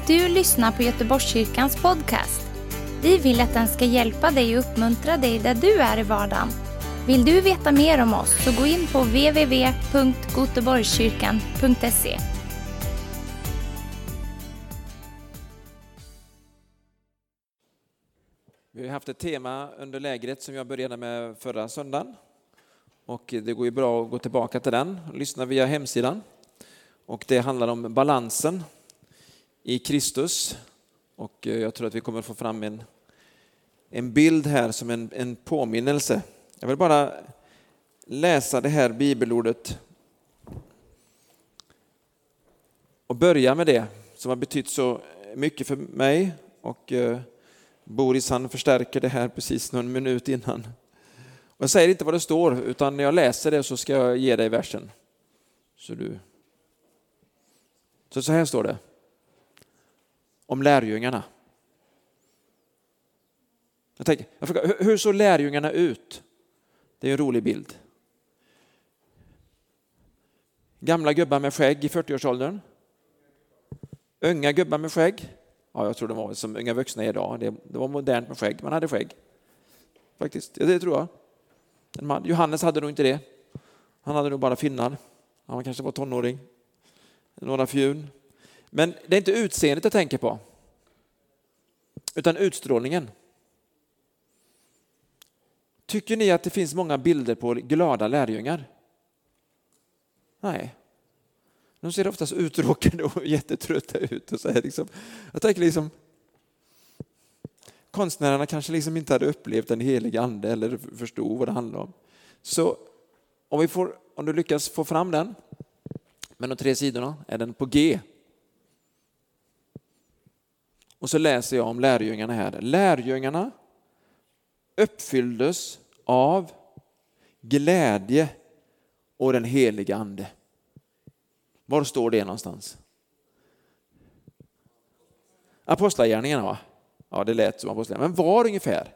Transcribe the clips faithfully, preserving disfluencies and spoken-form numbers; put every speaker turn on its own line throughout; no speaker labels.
du lyssnar på Göteborgskyrkans podcast. Vi vill att den ska hjälpa dig och uppmuntra dig där du är i vardagen. Vill du veta mer om oss så gå in på w w w punkt goteborgskyrkan punkt se.
Vi har haft ett tema under lägret som jag började med förra söndagen. Och det går ju bra att gå tillbaka till den och lyssna via hemsidan. Och det handlar om balansen i Kristus. Och jag tror att vi kommer att få fram en, en bild här som en, en påminnelse. Jag vill bara läsa det här bibelordet och börja med det som har betytt så mycket för mig. Och eh, Boris han förstärker det här precis någon minut innan. Och jag säger inte vad det står, utan när jag läser det så ska jag ge dig versen. Så du... Så, så här står det. Om lärjungarna. Jag tänker, jag frågar, hur såg lärjungarna ut? Det är en rolig bild. Gamla gubbar med skägg i fyrtioårsåldern. Unga gubbar med skägg. Ja, jag tror de var som unga vuxna idag. Det, det var modernt med skägg. Man hade skägg. Faktiskt, ja, det tror jag. En man. Johannes hade nog inte det. Han hade nog bara finnar. Han kanske var tonåring. Några fjun. Men det är inte utseendet jag tänker på. Utan utstrålningen. Tycker ni att det finns många bilder på glada lärjungar? Nej. De ser oftast uttråkade och jättetrötta ut. Och så här liksom. Jag tänker liksom, konstnärerna kanske liksom inte hade upplevt en helig ande eller förstod vad det handlar om. Så om, vi får, om du lyckas få fram den med de tre sidorna är den på G. Och så läser jag om lärjungarna här. Lärjungarna uppfylldes av glädje och den heliga ande. Var står det någonstans? Apostlagärningarna, va? Ja, det lät som apostlagärningarna. Men var ungefär?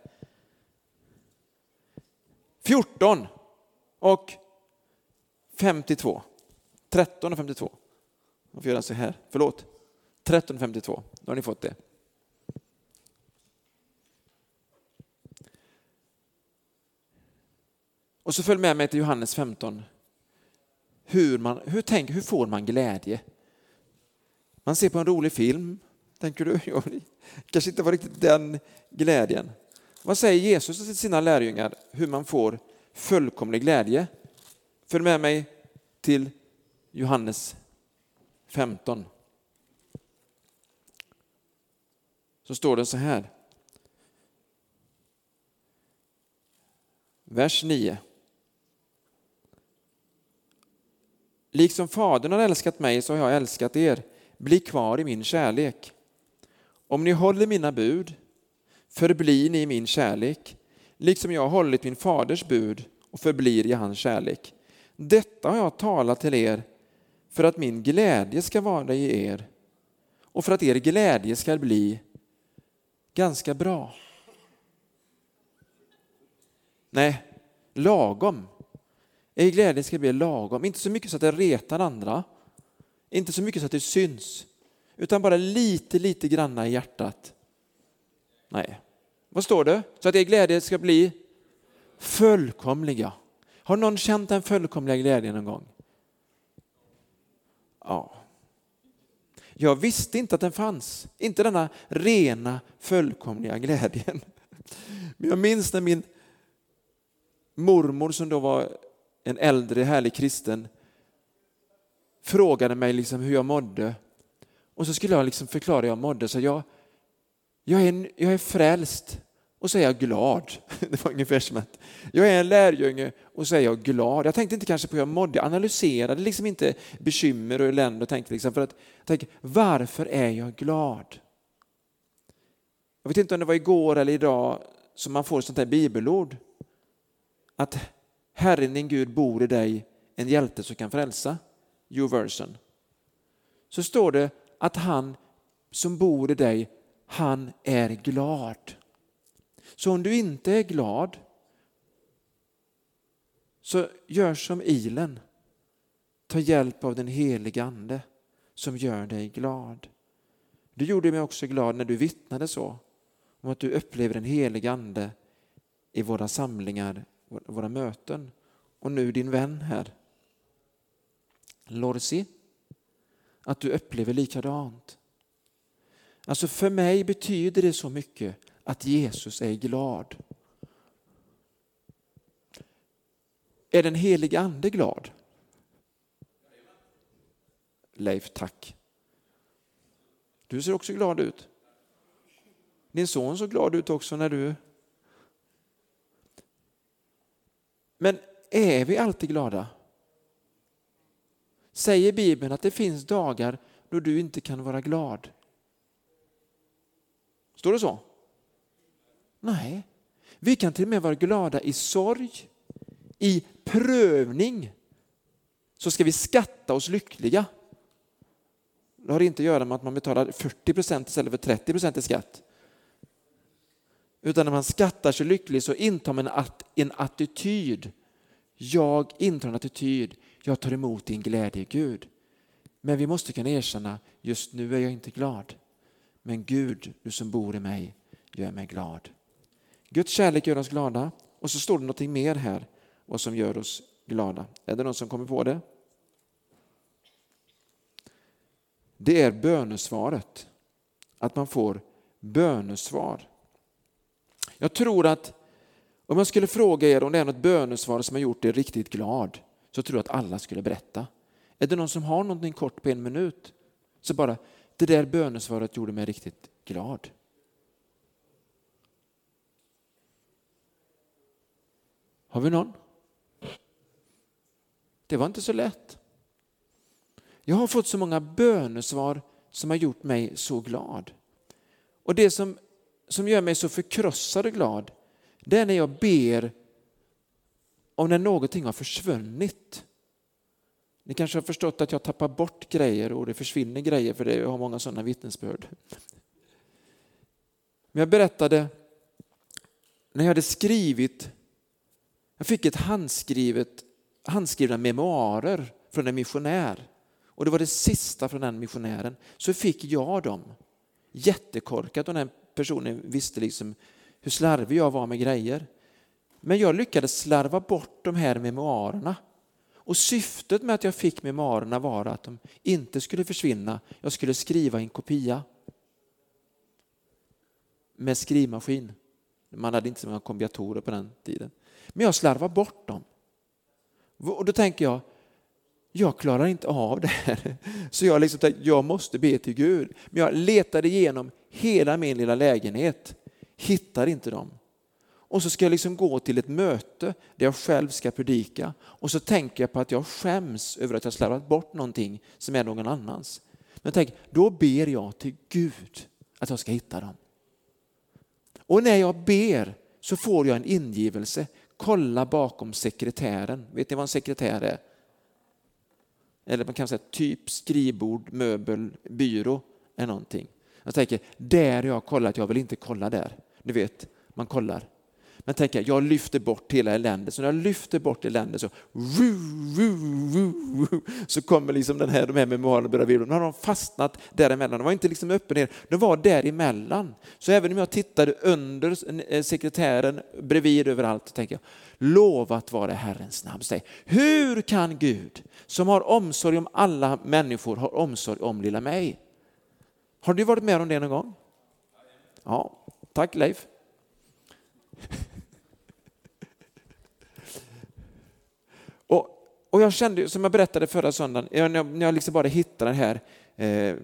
fjorton och femtiotvå. tretton och femtiotvå. Jag får göra så här. Förlåt. tretton och femtiotvå. Då har ni fått det. Och så följ med mig till Johannes femton. Hur, man, hur, tänk, hur får man glädje? Man ser på en rolig film. Tänker du? Kanske inte var riktigt den glädjen. Vad säger Jesus till sina lärjungar? Hur man får fullkomlig glädje? Följ med mig till Johannes femton. Så står det så här. Vers nio. Liksom Fadern har älskat mig så har jag älskat er. Bli kvar i min kärlek. Om ni håller mina bud, förblir ni i min kärlek. Liksom jag har hållit min faders bud och förblir i hans kärlek. Detta har jag talat till er för att min glädje ska vara i er. Och för att er glädje ska bli ganska bra. Nej, lagom. Er glädje ska bli lagom. Inte så mycket så att det retar andra. Inte så mycket så att det syns. Utan bara lite, lite granna i hjärtat. Nej. Vad står det? Så att er glädje ska bli fullkomliga. Har någon känt den fullkomliga glädjen någon gång? Ja. Jag visste inte att den fanns. Inte denna rena, fullkomliga glädjen. Men jag minns när min mormor som då var en äldre härlig kristen frågade mig liksom hur jag mådde. Och så skulle jag liksom förklara hur jag mådde. Så jag, jag, är, jag är frälst och så är jag glad. Det var ungefär som att jag är en lärjunge och så är jag glad. Jag tänkte inte kanske på hur jag mådde. Jag analyserade liksom inte bekymmer och elände. Och tänkte liksom för att tänka, varför är jag glad? Jag vet inte om det var igår eller idag som man får ett sånt här bibelord. Att Herren din Gud bor i dig, en hjälte som kan frälsa. YouVersion. Så står det att han som bor i dig, han är glad. Så om du inte är glad, så gör som Ilen. Ta hjälp av den heliga ande som gör dig glad. Du gjorde mig också glad när du vittnade så om att du upplever en helig ande i våra samlingar, våra möten. Och nu din vän här, Lorsi, att du upplever likadant. Alltså för mig betyder det så mycket att Jesus är glad. Är den heliga ande glad? Leif, tack. Du ser också glad ut. Din son såg glad ut också när du... Men är vi alltid glada? Säger Bibeln att det finns dagar då du inte kan vara glad? Står det så? Nej. Vi kan till och med vara glada i sorg, i prövning. Så ska vi skatta oss lyckliga. Det har inte att göra med att man betalar fyrtio procent istället för trettio procent i skatt. Utan när man skattar sig lycklig så intar man en attityd. Jag intar en attityd. Jag tar emot din glädje, Gud. Men vi måste kunna erkänna, just nu är jag inte glad. Men Gud, du som bor i mig, gör mig glad. Guds kärlek gör oss glada. Och så står det något mer här, vad som gör oss glada. Är det någon som kommer på det? Det är bönesvaret. Att man får bönesvar. Jag tror att om jag skulle fråga er om det är något bönesvar som har gjort er riktigt glad, så tror jag att alla skulle berätta. Är det någon som har någonting kort på en minut? Så bara, det där bönesvaret gjorde mig riktigt glad. Har vi någon? Det var inte så lätt. Jag har fått så många bönesvar som har gjort mig så glad. Och det som, som gör mig så förkrossad och glad, det är när jag ber om när någonting har försvunnit. Ni kanske har förstått att jag tappar bort grejer och det försvinner grejer, för det jag har många sådana vittnesbörd. Men jag berättade när jag hade skrivit, jag fick ett handskrivet, handskrivna memoarer från en missionär. Och det var det sista från den missionären. Så fick jag dem. Jättekorkat, och den personen visste liksom hur slarvig jag var med grejer. Men jag lyckades slarva bort de här memoarerna. Och syftet med att jag fick memoarerna var att de inte skulle försvinna. Jag skulle skriva en kopia. Med skrivmaskin. Man hade inte så många kopiatorer på den tiden. Men jag slarvade bort dem. Och då tänker jag, jag klarar inte av det här. Så jag liksom tänkte, jag måste be till Gud. Men jag letade igenom hela min lilla lägenhet. Hittar inte dem. Och så ska jag liksom gå till ett möte där jag själv ska predika. Och så tänker jag på att jag skäms över att jag slarvat bort någonting som är någon annans. Men tänk, då ber jag till Gud att jag ska hitta dem. Och när jag ber så får jag en ingivelse. Kolla bakom sekretären. Vet ni vad en sekretär är? Eller man kan säga typ skrivbord, möbel, byrå är någonting. Jag tänker, där har jag kollat, jag vill inte kolla där. Du vet, man kollar. Men tänker, jag lyfter bort hela eländet. Så när jag lyfter bort eländet så så kommer liksom den här, de här memoarerna börja virra. Nu har de fastnat däremellan. De var inte liksom uppe ner. De var däremellan. Så även om jag tittade under sekretären, bredvid överallt, så tänker jag, lovat vare Herrens namn. Säg, hur kan Gud som har omsorg om alla människor ha omsorg om lilla mig? Har du varit med om det någon gång? Ja, tack Leif. och, och jag kände, som jag berättade förra söndagen, när jag, när jag liksom bara hittade den här eh,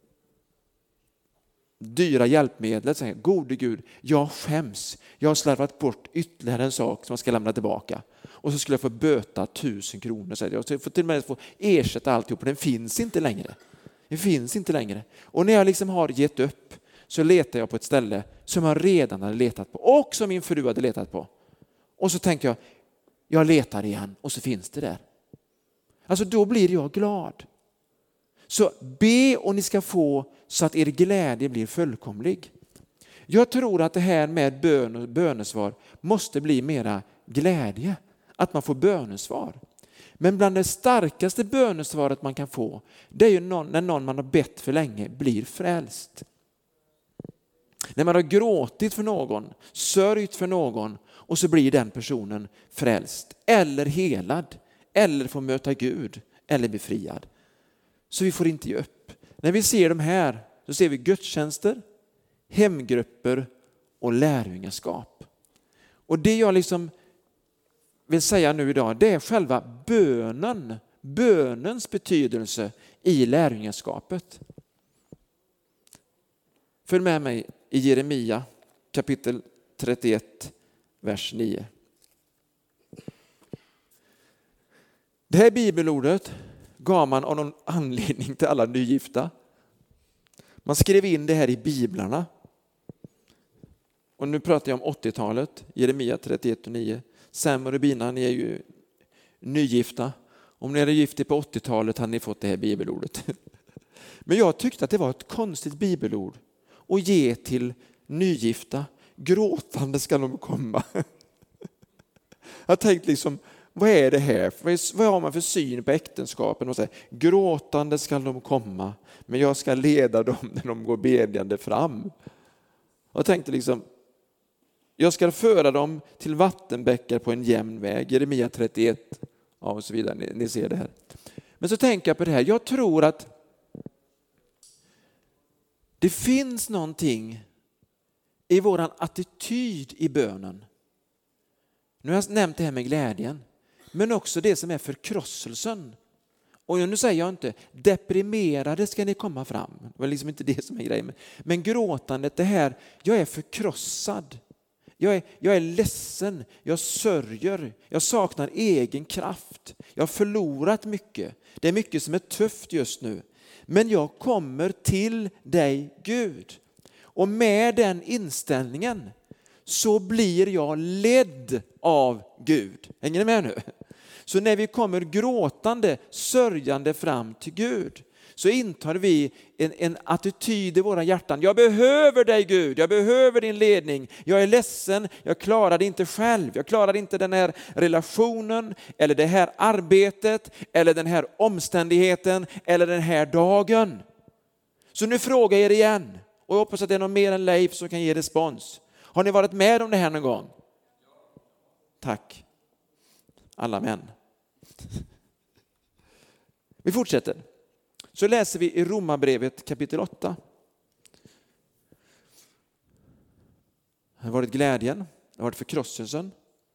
dyra hjälpmedlet, så här, gode Gud, jag skäms. Jag har slarvat bort ytterligare en sak som jag ska lämna tillbaka. Och så skulle jag få böta tusen kronor. Så jag får till och med få ersätta alltihop. Den finns inte längre. Det finns inte längre. Och när jag liksom har gett upp så letar jag på ett ställe som jag redan hade letat på. Och som min fru hade letat på. Och så tänker jag, jag letar igen och så finns det där. Alltså då blir jag glad. Så be och ni ska få så att er glädje blir fullkomlig. Jag tror att det här med bön och bönesvar måste bli mera glädje. Att man får bönesvar. Men bland det starkaste bönesvaret man kan få, det är ju någon, när någon man har bett för länge blir frälst. När man har gråtit för någon, sörjt för någon och så blir den personen frälst eller helad eller får möta Gud eller befriad. Så vi får inte ge upp. När vi ser de här så ser vi gudstjänster, hemgrupper och lärjungaskap. Och det jag liksom vill säga nu idag, det är själva bönen, bönens betydelse i lärjungaskapet. Följ med mig i Jeremia kapitel trettioett, vers nio. Det här bibelordet gav man av någon anledning till alla nygifta. Man skrev in det här i biblarna. Och nu pratar jag om åttiotalet, Jeremia trettioett och nio. Sam och Rubina, ni är ju nygifta. Om ni är gifta på åttiotalet hade ni fått det här bibelordet. Men jag tyckte att det var ett konstigt bibelord att ge till nygifta. Gråtande ska de komma. Jag tänkte liksom, vad är det här? Vad har man för syn på äktenskapen? Och så här, gråtande ska de komma, men jag ska leda dem när de går bedjande fram. Jag tänkte liksom, jag ska föra dem till vattenbäckar på en jämn väg. Jeremia trettioett, ja, och så vidare. Ni, ni ser det här. Men så tänker jag på det här. Jag tror att det finns någonting i våran attityd i bönen. Nu har jag nämnt det här med glädjen. Men också det som är förkrosselsen. Och nu säger jag inte, deprimerade ska ni komma fram. Det var liksom inte det som är grejen. Men gråtandet, det här, jag är förkrossad. Jag är, jag är ledsen, jag sörjer, jag saknar egen kraft. Jag har förlorat mycket. Det är mycket som är tufft just nu. Men jag kommer till dig, Gud. Och med den inställningen så blir jag ledd av Gud. Hänger ni med nu? Så när vi kommer gråtande, sörjande fram till Gud så intar vi en, en attityd i våra hjärtan. Jag behöver dig, Gud. Jag behöver din ledning. Jag är ledsen. Jag klarar det inte själv. Jag klarar inte den här relationen eller det här arbetet eller den här omständigheten eller den här dagen. Så nu frågar jag er igen. Och jag hoppas att det är någon mer än Leif som kan ge respons. Har ni varit med om det här någon gång? Tack. Alla män. Vi fortsätter. Så läser vi i Romarbrevet kapitel åtta. Det har varit glädjen, det har varit förkrosselsen.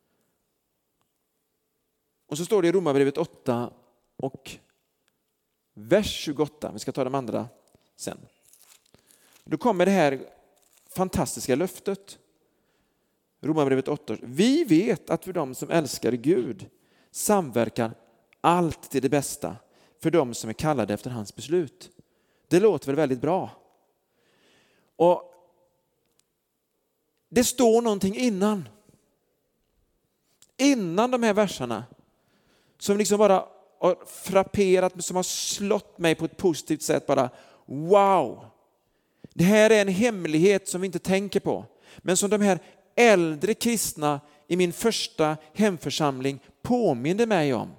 Och så står det i Romarbrevet åtta och vers tjugoåtta. Vi ska ta de andra sen. Då kommer det här fantastiska löftet. Romarbrevet åtta. Vi vet att för dem som älskar Gud samverkar allt till det bästa för dem som är kallade efter hans beslut. Det låter väl väldigt bra. Och det står någonting innan. Innan de här verserna som liksom bara har frapperat, som har slått mig på ett positivt sätt. Bara wow! Det här är en hemlighet som vi inte tänker på. Men som de här äldre kristna i min första hemförsamling påminner mig om.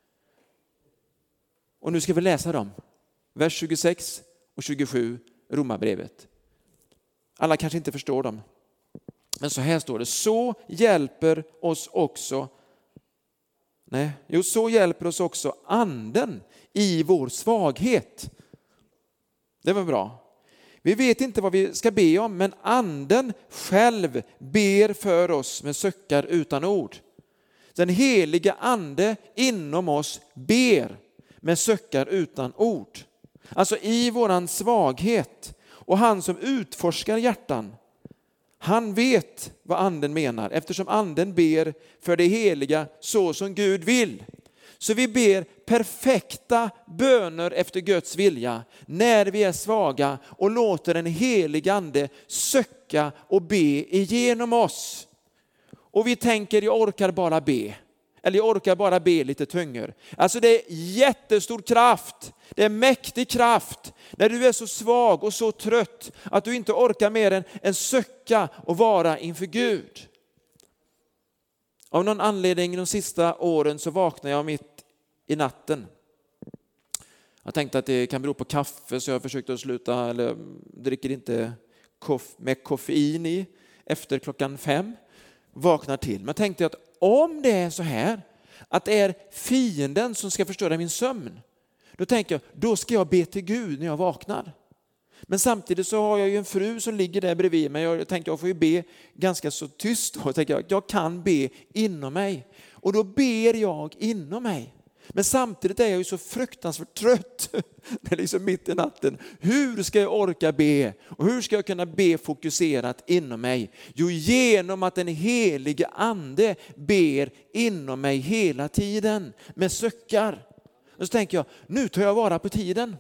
Och nu ska vi läsa dem. Vers tjugosex och tjugosju, Romarbrevet. Alla kanske inte förstår dem. Men så här står det. Så hjälper oss också. Nej, jo, så hjälper oss också anden i vår svaghet. Det var bra. Vi vet inte vad vi ska be om, men anden själv ber för oss med suckar utan ord. Den heliga ande inom oss ber med suckar utan ord. Alltså i våran svaghet. Och han som utforskar hjärtan, han vet vad anden menar, eftersom anden ber för det heliga så som Gud vill. Så vi ber perfekta böner efter Guds vilja när vi är svaga och låter en helig ande söka och be igenom oss. Och vi tänker, jag orkar bara be. Eller jag orkar bara be lite tyngre. Alltså det är jättestor kraft. Det är mäktig kraft. När du är så svag och så trött att du inte orkar mer än, än söka och vara inför Gud. Av någon anledning de sista åren så vaknar jag mitt i natten. Jag tänkte att det kan bero på kaffe, så jag försökte att sluta, eller dricker inte koff, med koffein i efter klockan fem. Vaknar till. Men jag tänkte att om det är så här, att det är fienden som ska förstöra min sömn, då tänker jag, då ska jag be till Gud när jag vaknar. Men samtidigt så har jag ju en fru som ligger där bredvid mig. Jag tänker jag får ju be ganska så tyst. Och tänker jag, jag kan be inom mig. Och då ber jag inom mig. Men samtidigt är jag ju så fruktansvärt trött. Det är liksom mitt i natten. Hur ska jag orka be? Och hur ska jag kunna be fokuserat inom mig? Jo, genom att den helige ande ber inom mig hela tiden. Med söckar. Och så tänker jag, nu tar jag vara på tiden.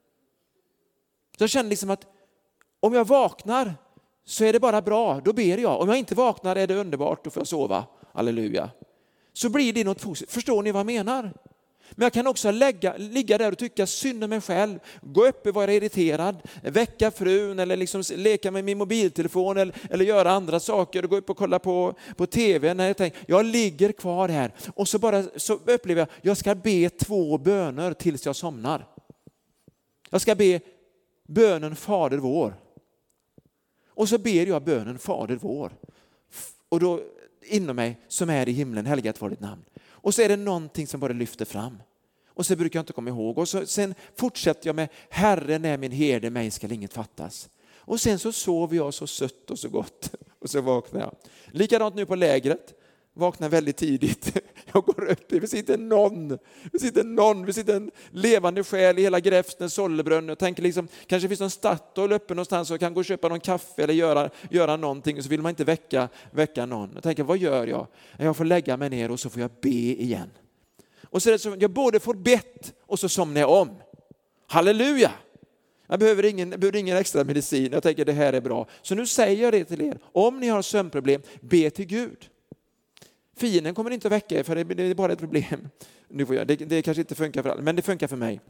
Så jag känner liksom att om jag vaknar så är det bara bra, då ber jag. Om jag inte vaknar är det underbart, då får jag sova. Halleluja. Så blir det något positivt. Förstår ni vad jag menar? Men jag kan också lägga, ligga där och tycka synd om mig själv. Gå upp och vara irriterad. Väcka frun eller liksom leka med min mobiltelefon eller, eller göra andra saker. Och gå upp och kolla på, på tv. När jag tänker, jag ligger kvar här. Och så, bara, så upplever jag, jag ska be två böner tills jag somnar. Jag ska be bönen Fader vår. Och så ber jag bönen Fader vår. Och då inom mig som är i himlen, helgat vare ditt namn. Och så är det någonting som bara lyfter fram. Och så brukar jag inte komma ihåg. Och så, sen fortsätter jag med Herren är min herde, mig ska inget fattas. Och sen så sover jag så sött och så gott. Och så vaknar jag. Likadant nu på lägret. Vaknar väldigt tidigt. Jag går upp, vi sitter någon, vi sitter någon, vi sitter en levande själ i hela Gräfsnäs, Sollebrunn. Jag tänker liksom, kanske finns någon Statoil uppe någonstans och kan gå och köpa någon kaffe eller göra, göra någonting. Och så vill man inte väcka, väcka någon. Jag tänker, vad gör jag? Jag får lägga mig ner och så får jag be igen. Och så är det så, jag både får bett och så somnar jag om. Halleluja! Jag behöver ingen, jag behöver ingen extra medicin. Jag tänker, det här är bra. Så nu säger jag det till er. Om ni har sömnproblem, be till Gud. Fienden kommer inte att väcka er, för det är bara ett problem. Nu får jag, det, det kanske inte funkar för alla, men det funkar för mig.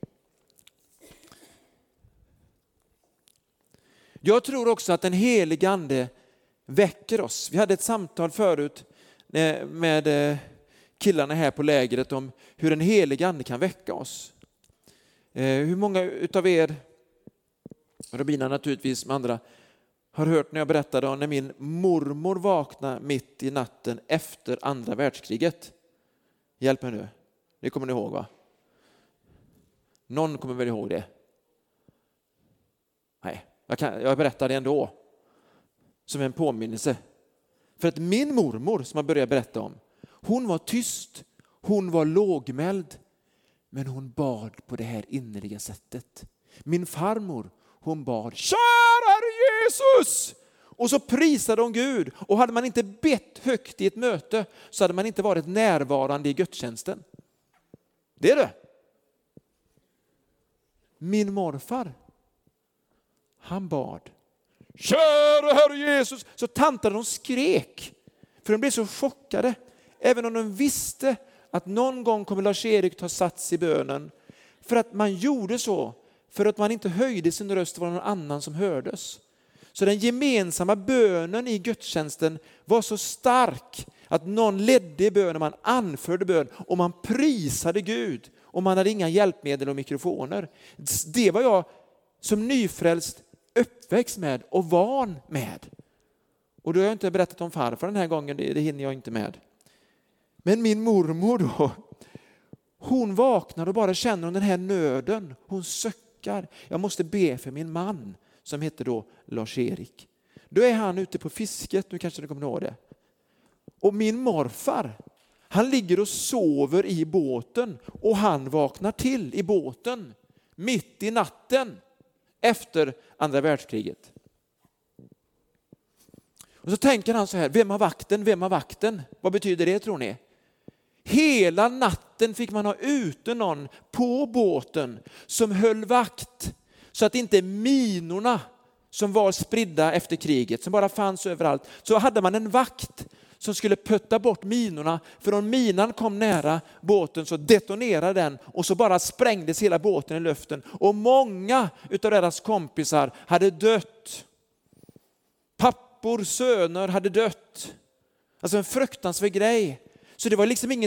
Jag tror också att den helige ande väcker oss. Vi hade ett samtal förut med killarna här på lägret om hur den helige ande kan väcka oss. Hur många utav er, Robina naturligtvis med andra, har hört när jag berättade om när min mormor vaknade mitt i natten efter andra världskriget. Hjälp mig nu. Det kommer ni ihåg, va? Någon kommer väl ihåg det? Nej, jag, kan, jag berättar det ändå. Som en påminnelse. För att min mormor som jag började berätta om, hon var tyst, hon var lågmäld, men hon bad på det här innerliga sättet. Min farmor, hon bad, kära Herre Jesus! Och så prisade hon Gud. Och hade man inte bett högt i ett möte så hade man inte varit närvarande i gudstjänsten. Det är det. Min morfar, han bad, kära Herre Jesus! Så tantarna de skrek. För de blev så chockade. Även om de visste att någon gång kommer Lars-Erik ta sats i bönen. För att man gjorde så. För att man inte höjde sin röst var någon annan som hördes. Så den gemensamma bönen i gudstjänsten var så stark att någon ledde i bönen, man anförde bön och man prisade Gud. Och man hade inga hjälpmedel och mikrofoner. Det var jag som nyfrälst uppväxt med och van med. Och då har jag inte berättat om farfar den här gången, det, det hinner jag inte med. Men min mormor då, hon vaknar och bara känner den här nöden. Hon söckar. Jag måste be för min man som heter då Lars-Erik. Då är han ute på fisket, nu kanske ni kommer ihåg det. Och min morfar, han ligger och sover i båten och han vaknar till i båten mitt i natten efter andra världskriget. Och så tänker han så här, vem har vakten, vem har vakten? Vad betyder det tror ni? Hela natten fick man ha ute någon på båten som höll vakt så att inte minorna som var spridda efter kriget, som bara fanns överallt, så hade man en vakt som skulle putta bort minorna, för om minan kom nära båten så detonerade den och så bara sprängdes hela båten i luften och många utav deras kompisar hade dött. Pappor, söner hade dött. Alltså en fruktansvärd grej. Så det var liksom ingenting,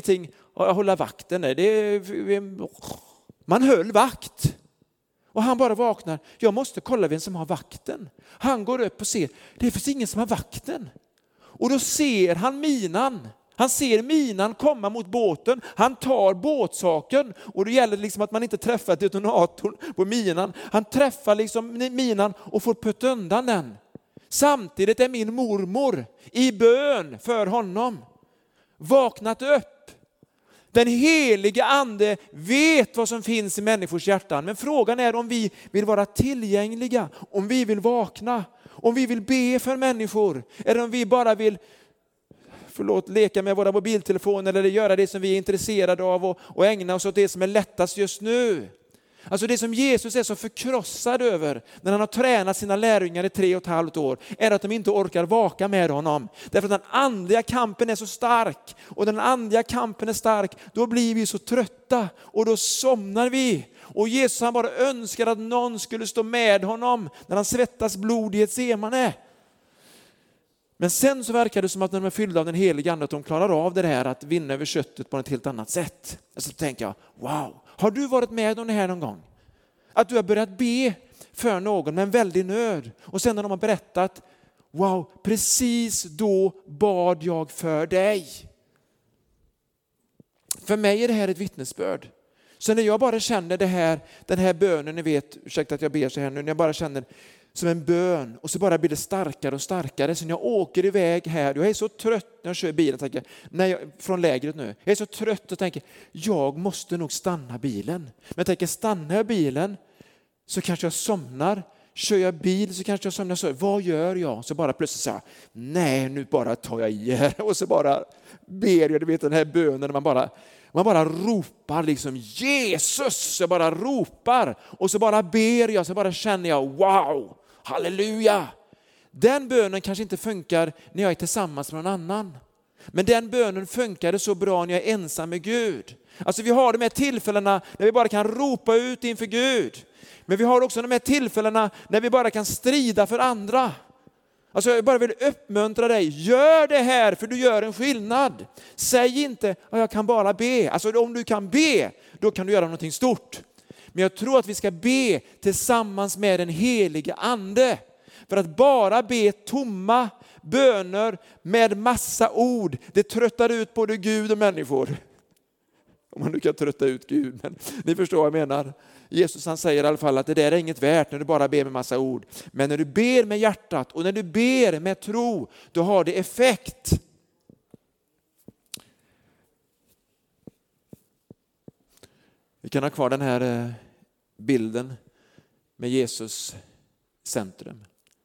hålla vakten. Det är, man höll vakt. Och han bara vaknar. Jag måste kolla vem som har vakten. Han går upp och ser. Det finns ingen som har vakten. Och då ser han minan. Han ser minan komma mot båten. Han tar båtsaken. Och det gäller liksom att man inte träffar detonatorn på minan. Han träffar liksom minan och får putta undan den. Samtidigt är min mormor i bön för honom vaknat upp. Den heliga ande vet vad som finns i människors hjärtan. Men frågan är om vi vill vara tillgängliga. Om vi vill vakna. Om vi vill be för människor. Eller om vi bara vill förlåt, leka med våra mobiltelefoner. Eller göra det som vi är intresserade av. Och, och ägna oss åt det som är lättast just nu. Alltså det som Jesus är så förkrossad över när han har tränat sina lärjungar i tre och ett halvt år är att de inte orkar vaka med honom. Därför att den andliga kampen är så stark. Och den andliga kampen är stark, då blir vi så trötta och då somnar vi. Och Jesus han bara önskar att någon skulle stå med honom när han svettas blod i ett semane. Men sen så verkar det som att när de är fyllda av den heliga ande att de klarar av det här att vinna över köttet på ett helt annat sätt. Så tänker jag, wow, har du varit med om det här någon gång? Att du har börjat be för någon med en väldig nöd. Och sen när de har berättat, wow, precis då bad jag för dig. För mig är det här ett vittnesbörd. Så när jag bara känner det här, den här bönen, ni vet, ursäkta att jag ber så här nu, när jag bara känner som en bön och så bara blir det starkare och starkare. Så när jag åker iväg här, jag är så trött när jag kör bilen, tänker, när jag, från lägret nu. Jag är så trött och tänker, jag måste nog stanna bilen. Men jag tänker, stannar jag bilen så kanske jag somnar. Kör jag bil så kanske jag somnar. Så, vad gör jag? Så bara plötsligt så här, nej nu bara tar jag i här. Och så bara ber jag, du vet den här bönen när man bara... Man bara ropar liksom Jesus, jag bara ropar och så bara ber jag, så bara känner jag wow, halleluja. Den bönen kanske inte funkar när jag är tillsammans med någon annan. Men den bönen funkar så bra när jag är ensam med Gud. Alltså vi har de här tillfällena när vi bara kan ropa ut inför Gud. Men vi har också de här tillfällena när vi bara kan strida för andra. Alltså jag bara vill uppmuntra dig. Gör det här för du gör en skillnad. Säg inte att jag kan bara be. Alltså om du kan be, då kan du göra någonting stort. Men jag tror att vi ska be tillsammans med den heliga ande. För att bara be tomma böner med massa ord, det tröttar ut både Gud och människor. Om man nu kan trötta ut Gud, men ni förstår vad jag menar. Jesus han säger i alla fall att det där är inget värt när du bara ber med massa ord. Men när du ber med hjärtat och när du ber med tro, då har det effekt. Vi kan ha kvar den här bilden med Jesus centrum.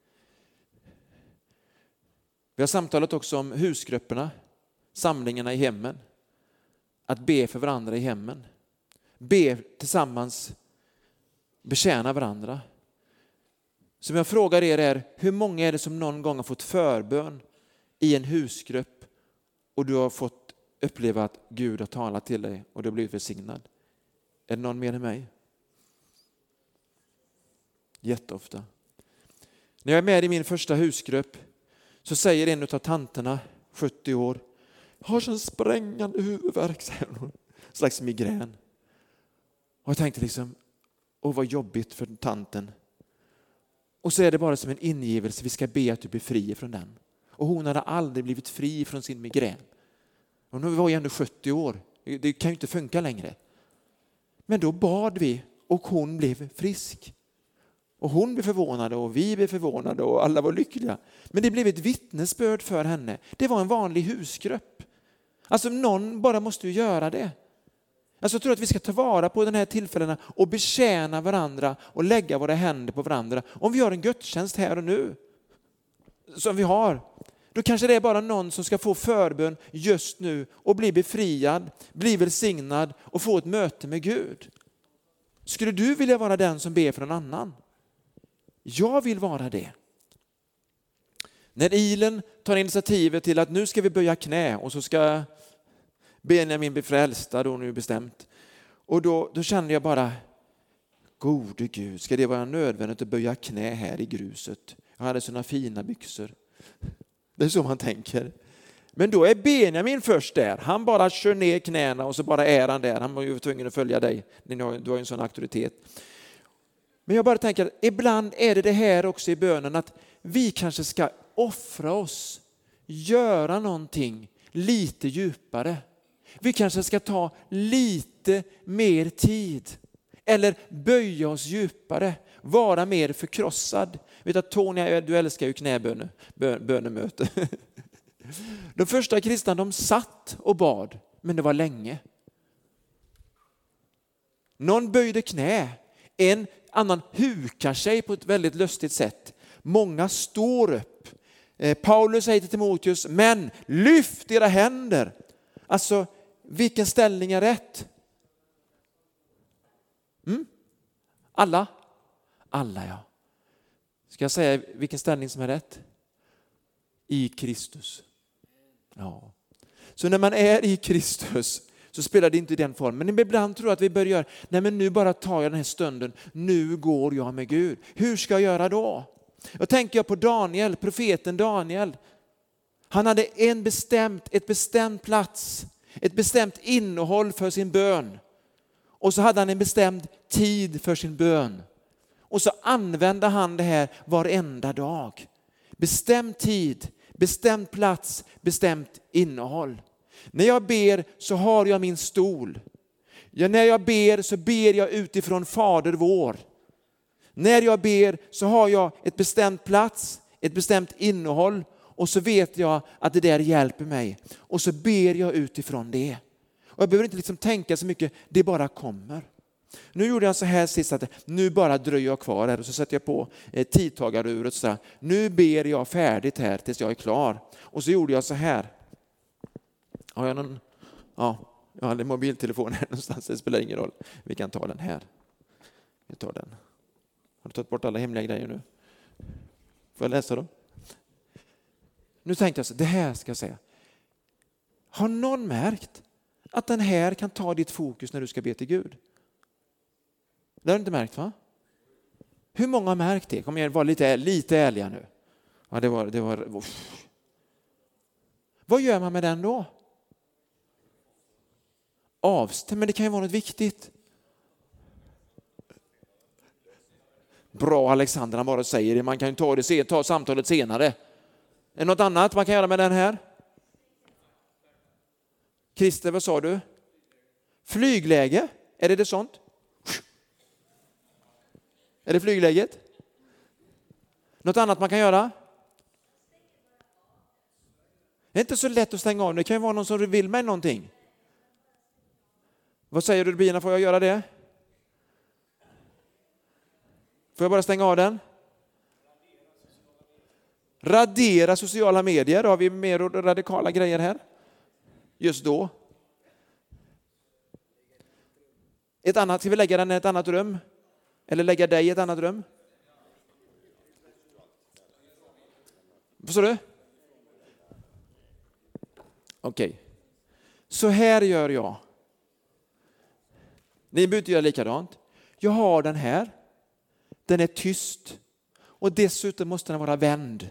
Vi har samtalat också om husgrupperna, samlingarna i hemmen. Att be för varandra i hemmen. Be tillsammans, betjäna varandra. Som jag frågar er är, hur många är det som någon gång har fått förbön i en husgrupp och du har fått uppleva att Gud har talat till dig och du har blivit välsignad? Är det någon mer än mig? Jätteofta. När jag är med i min första husgrupp så säger en av tanterna, sjuttio år, jag har sån sprängande huvudvärk, säger hon. Slags migrän. Och jag tänkte liksom, åh vad jobbigt för tanten. Och så är det bara som en ingivelse, vi ska be att du blir fri från den. Och hon hade aldrig blivit fri från sin migrän. Och nu var jag ändå sjuttio år, det kan ju inte funka längre. Men då bad vi och hon blev frisk. Och hon blev förvånad och vi blev förvånade och alla var lyckliga. Men det blev ett vittnesbörd för henne. Det var en vanlig husgrupp. Alltså någon bara måste ju göra det. Alltså jag tror att vi ska ta vara på den här tillfällena och betjäna varandra och lägga våra händer på varandra. Om vi har en gudstjänst här och nu som vi har, då kanske det är bara någon som ska få förbön just nu och bli befriad, bli välsignad och få ett möte med Gud. Skulle du vilja vara den som ber för en annan? Jag vill vara det. När Ilen tar initiativet till att nu ska vi böja knä och så ska Benjamin bli frälst, då nu bestämt. Och då, då kände jag bara, gode Gud, ska det vara nödvändigt att böja knä här i gruset? Jag hade såna fina byxor. Det är så man tänker. Men då är Benjamin först där. Han bara kör ner knäna och så bara är han där. Han var ju tvungen att följa dig. Du har ju en sån auktoritet. Men jag bara tänker att ibland är det det här också i bönen att vi kanske ska offra oss. Göra någonting lite djupare. Vi kanske ska ta lite mer tid. Eller böja oss djupare. Vara mer förkrossad. Vet att Tony, du älskar ju knäbönemöte. De första kristna, de satt och bad, men det var länge. Någon böjde knä, en annan hukar sig på ett väldigt lustigt sätt. Många står upp. Paulus säger till Timoteus, men lyft era händer. Alltså, vilken ställning är rätt? Mm? Alla? Alla, ja. Ska jag säga vilken ställning som är rätt? I Kristus. Ja. Så när man är i Kristus så spelar det inte i den formen. Men ibland tror jag att vi bör göra, nej men nu bara tar jag den här stunden, nu går jag med Gud. Hur ska jag göra då? Jag tänker på Daniel, profeten Daniel. Han hade en bestämt, ett bestämt plats, ett bestämt innehåll för sin bön. Och så hade han en bestämd tid för sin bön. Och så använde han det här varenda dag. Bestämd tid, bestämd plats, bestämt innehåll. När jag ber så har jag min stol. Ja, när jag ber så ber jag utifrån Fader vår. När jag ber så har jag ett bestämt plats, ett bestämt innehåll. Och så vet jag att det där hjälper mig. Och så ber jag utifrån det. Och jag behöver inte liksom tänka så mycket, det bara kommer. Nu gjorde jag så här sist att nu bara dröjer jag kvar här och så sätter jag på eh, tidtagaruret. Så här. Nu ber jag färdigt här tills jag är klar. Och så gjorde jag så här. Har jag någon? Ja, jag hade en mobiltelefon här någonstans. Det spelar ingen roll. Vi kan ta den här. Vi tar den. Har du tagit bort alla hemliga grejer nu? Får jag läsa dem? Nu tänkte jag så, det här ska jag säga. Har någon märkt att den här kan ta ditt fokus när du ska be till Gud? Det har du inte märkt, va? Hur många har märkt det? Kom igen, var lite, lite ärliga nu. Ja, det var, det var... Vad gör man med den då? Avstäm, men det kan ju vara något viktigt. Bra, Alexander, han bara säger det. Man kan ju ta, det, ta samtalet senare. Är det något annat man kan göra med den här? Christer, vad sa du? Flygläge? Är det det sånt? Är det flygläget? Något annat man kan göra? Det är inte så lätt att stänga av. Det kan ju vara någon som vill mig någonting. Vad säger du, Bina? Får jag göra det? Får jag bara stänga av den? Radera sociala medier. Har vi mer radikala grejer här? Just då. Ett annat, ska vi lägga den i ett annat rum? Eller lägga dig i ett annat rum? Vad sa du? Okej. Okay. Så här gör jag. Ni behöver inte göra likadant. Jag har den här. Den är tyst. Och dessutom måste den vara vänd.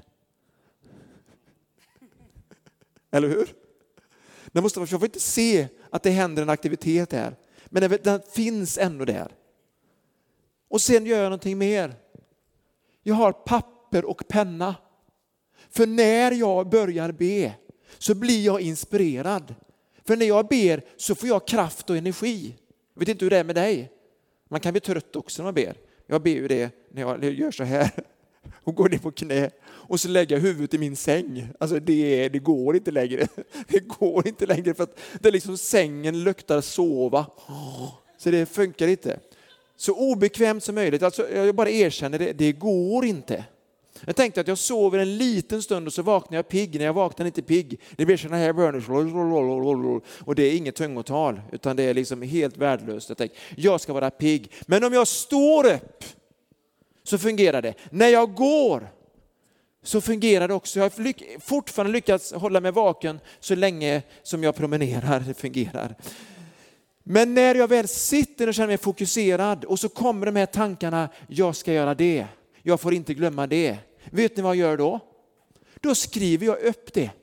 Eller hur? Den måste, jag får inte se att det händer en aktivitet här. Men den, den finns ändå där. Och sen gör jag någonting mer. Jag har papper och penna. För när jag börjar be så blir jag inspirerad. För när jag ber så får jag kraft och energi. Jag vet inte hur det är med dig. Man kan bli trött också när man ber. Jag ber ju det när jag gör så här. Och går ner på knä. Och så lägger jag huvudet i min säng. Alltså det, det går inte längre. Det går inte längre för att det liksom sängen luktar sova. Så det funkar inte. Så obekvämt som möjligt. Alltså jag bara erkänner det. Det går inte. Jag tänkte att jag sover en liten stund och så vaknar jag pigg. När jag vaknar inte pigg. Det blir såna här böner. Och det är inget tungotal. Utan det är liksom helt värdelöst. Jag tänkte, jag ska vara pigg. Men om jag står upp så fungerar det. När jag går så fungerar det också. Jag har lyck- fortfarande lyckats hålla mig vaken så länge som jag promenerar. Det fungerar. Men när jag väl sitter och känner mig fokuserad och så kommer de här tankarna, jag ska göra det. Jag får inte glömma det. Vet ni vad jag gör då? Då skriver jag upp det.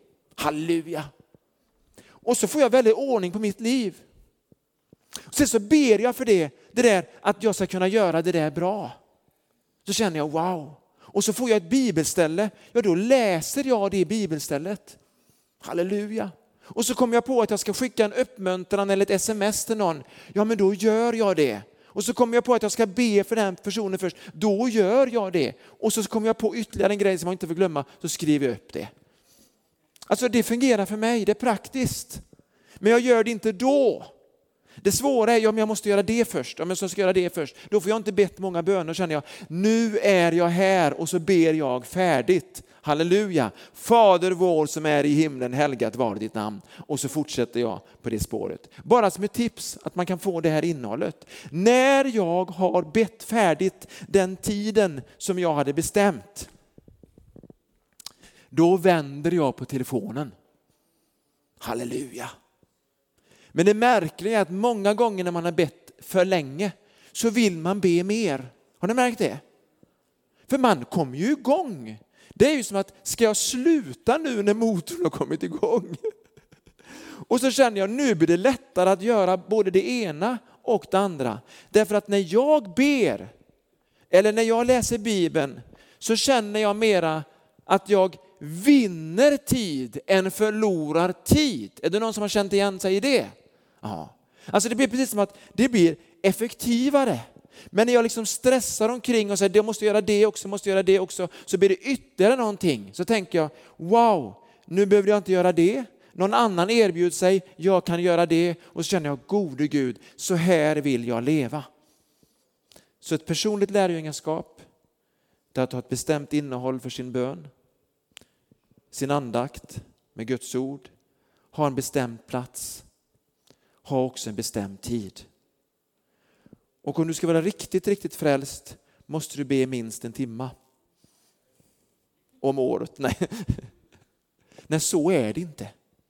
Halleluja. Och så får jag väldigt ordning på mitt liv. Sen så ber jag för det, det där att jag ska kunna göra det där bra. Så känner jag wow. Och så får jag ett bibelställe. Ja, då läser jag det bibelstället. Halleluja. Och så kommer jag på att jag ska skicka en uppmuntran eller ett sms till någon. Ja, men då gör jag det. Och så kommer jag på att jag ska be för den personen först. Då gör jag det. Och så kommer jag på ytterligare en grej som jag inte får glömma. Så skriver jag upp det. Alltså det fungerar för mig. Det är praktiskt. Men jag gör det inte då. Det svåra är om jag måste göra det först. Om jag ska göra det först. Då får jag inte bett många böner. Känner jag, nu är jag här och så ber jag färdigt. Halleluja. Fader vår som är i himlen, helgat var ditt namn. Och så fortsätter jag på det spåret. Bara som ett tips att man kan få det här innehållet. När jag har bett färdigt den tiden som jag hade bestämt. Då vänder jag på telefonen. Halleluja. Men det märkliga är att många gånger när man har bett för länge så vill man be mer. Har ni märkt det? För man kommer ju igång. Det är ju som att, ska jag sluta nu när motorn har kommit igång? Och så känner jag, nu blir det lättare att göra både det ena och det andra. Därför att när jag ber, eller när jag läser Bibeln, så känner jag mera att jag vinner tid än förlorar tid. Är det någon som har känt igen sig i det? Ja. Alltså det blir precis som att det blir effektivare. Men när jag liksom stressar omkring och säger jag måste göra det också, måste göra det också, så blir det ytterligare någonting. Så tänker jag, wow, nu behöver jag inte göra det. Någon annan erbjuder sig, jag kan göra det. Och så känner jag, gode Gud, så här vill jag leva. Så ett personligt lärjungaskap, det är att ha ett bestämt innehåll för sin bön. Sin andakt med Guds ord. Ha en bestämd plats. Ha också en bestämd tid. Och om du ska vara riktigt, riktigt frälst måste du be minst en timma. Om året. Nej. Nej, så är det inte.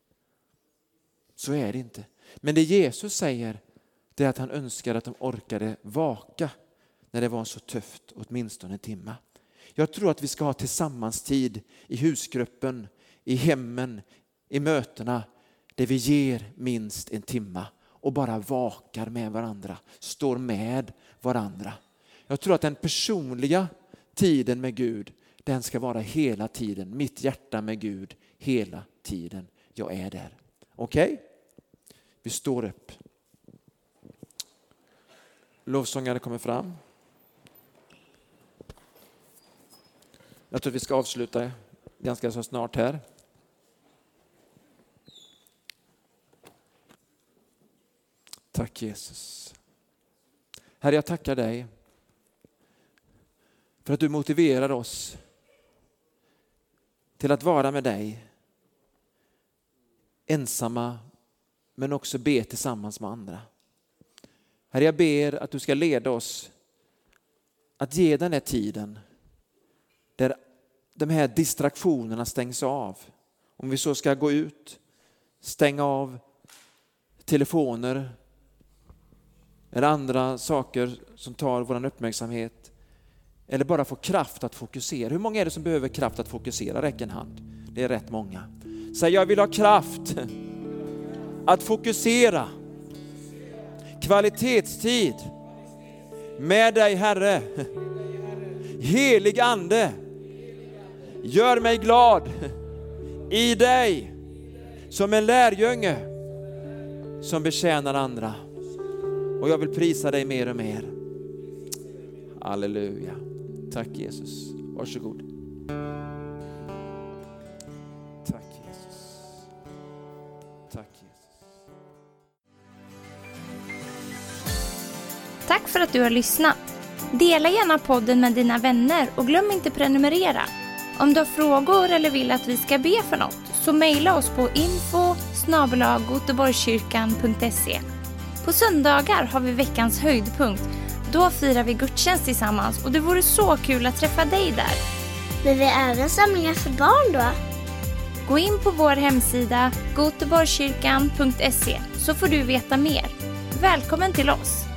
Så är det inte. Men det Jesus säger, det är att han önskar att de orkade vaka när det var så tufft, åtminstone en timma. Jag tror att vi ska ha tillsammans tid i husgruppen, i hemmen, i mötena där vi ger minst en timma och bara vakar med varandra, står med varandra. Jag tror att den personliga tiden med Gud, den ska vara hela tiden. Mitt hjärta med Gud hela tiden. Jag är där. Okej? Okay? Vi står upp. Lovsångare kommer fram. Jag tror att vi ska avsluta ganska så snart här. Tack Jesus. Herre, jag tackar dig för att du motiverar oss till att vara med dig ensamma men också be tillsammans med andra. Herre, jag ber att du ska leda oss att ge den här tiden där de här distraktionerna stängs av. Om vi så ska gå ut, stänga av telefoner eller andra saker som tar vår uppmärksamhet. Eller bara få kraft att fokusera. Hur många är det som behöver kraft att fokusera? Räck en hand. Det är rätt många. Säg, jag vill ha kraft att fokusera. Kvalitetstid med dig, Herre. Helig ande, gör mig glad i dig som en lärjunge som betjänar andra. Och jag vill prisa dig mer och mer. Halleluja. Tack Jesus. Varsågod. Tack Jesus. Tack Jesus.
Tack för att du har lyssnat. Dela gärna podden med dina vänner och glöm inte prenumerera. Om du har frågor eller vill att vi ska be för något så mejla oss på info snabel-a goteborgskyrkan punkt se. På söndagar har vi veckans höjdpunkt. Då firar vi gudstjänst tillsammans och det vore så kul att träffa dig där.
Men vi är även samlingar för barn då?
Gå in på vår hemsida goteborgskyrkan punkt se så får du veta mer. Välkommen till oss!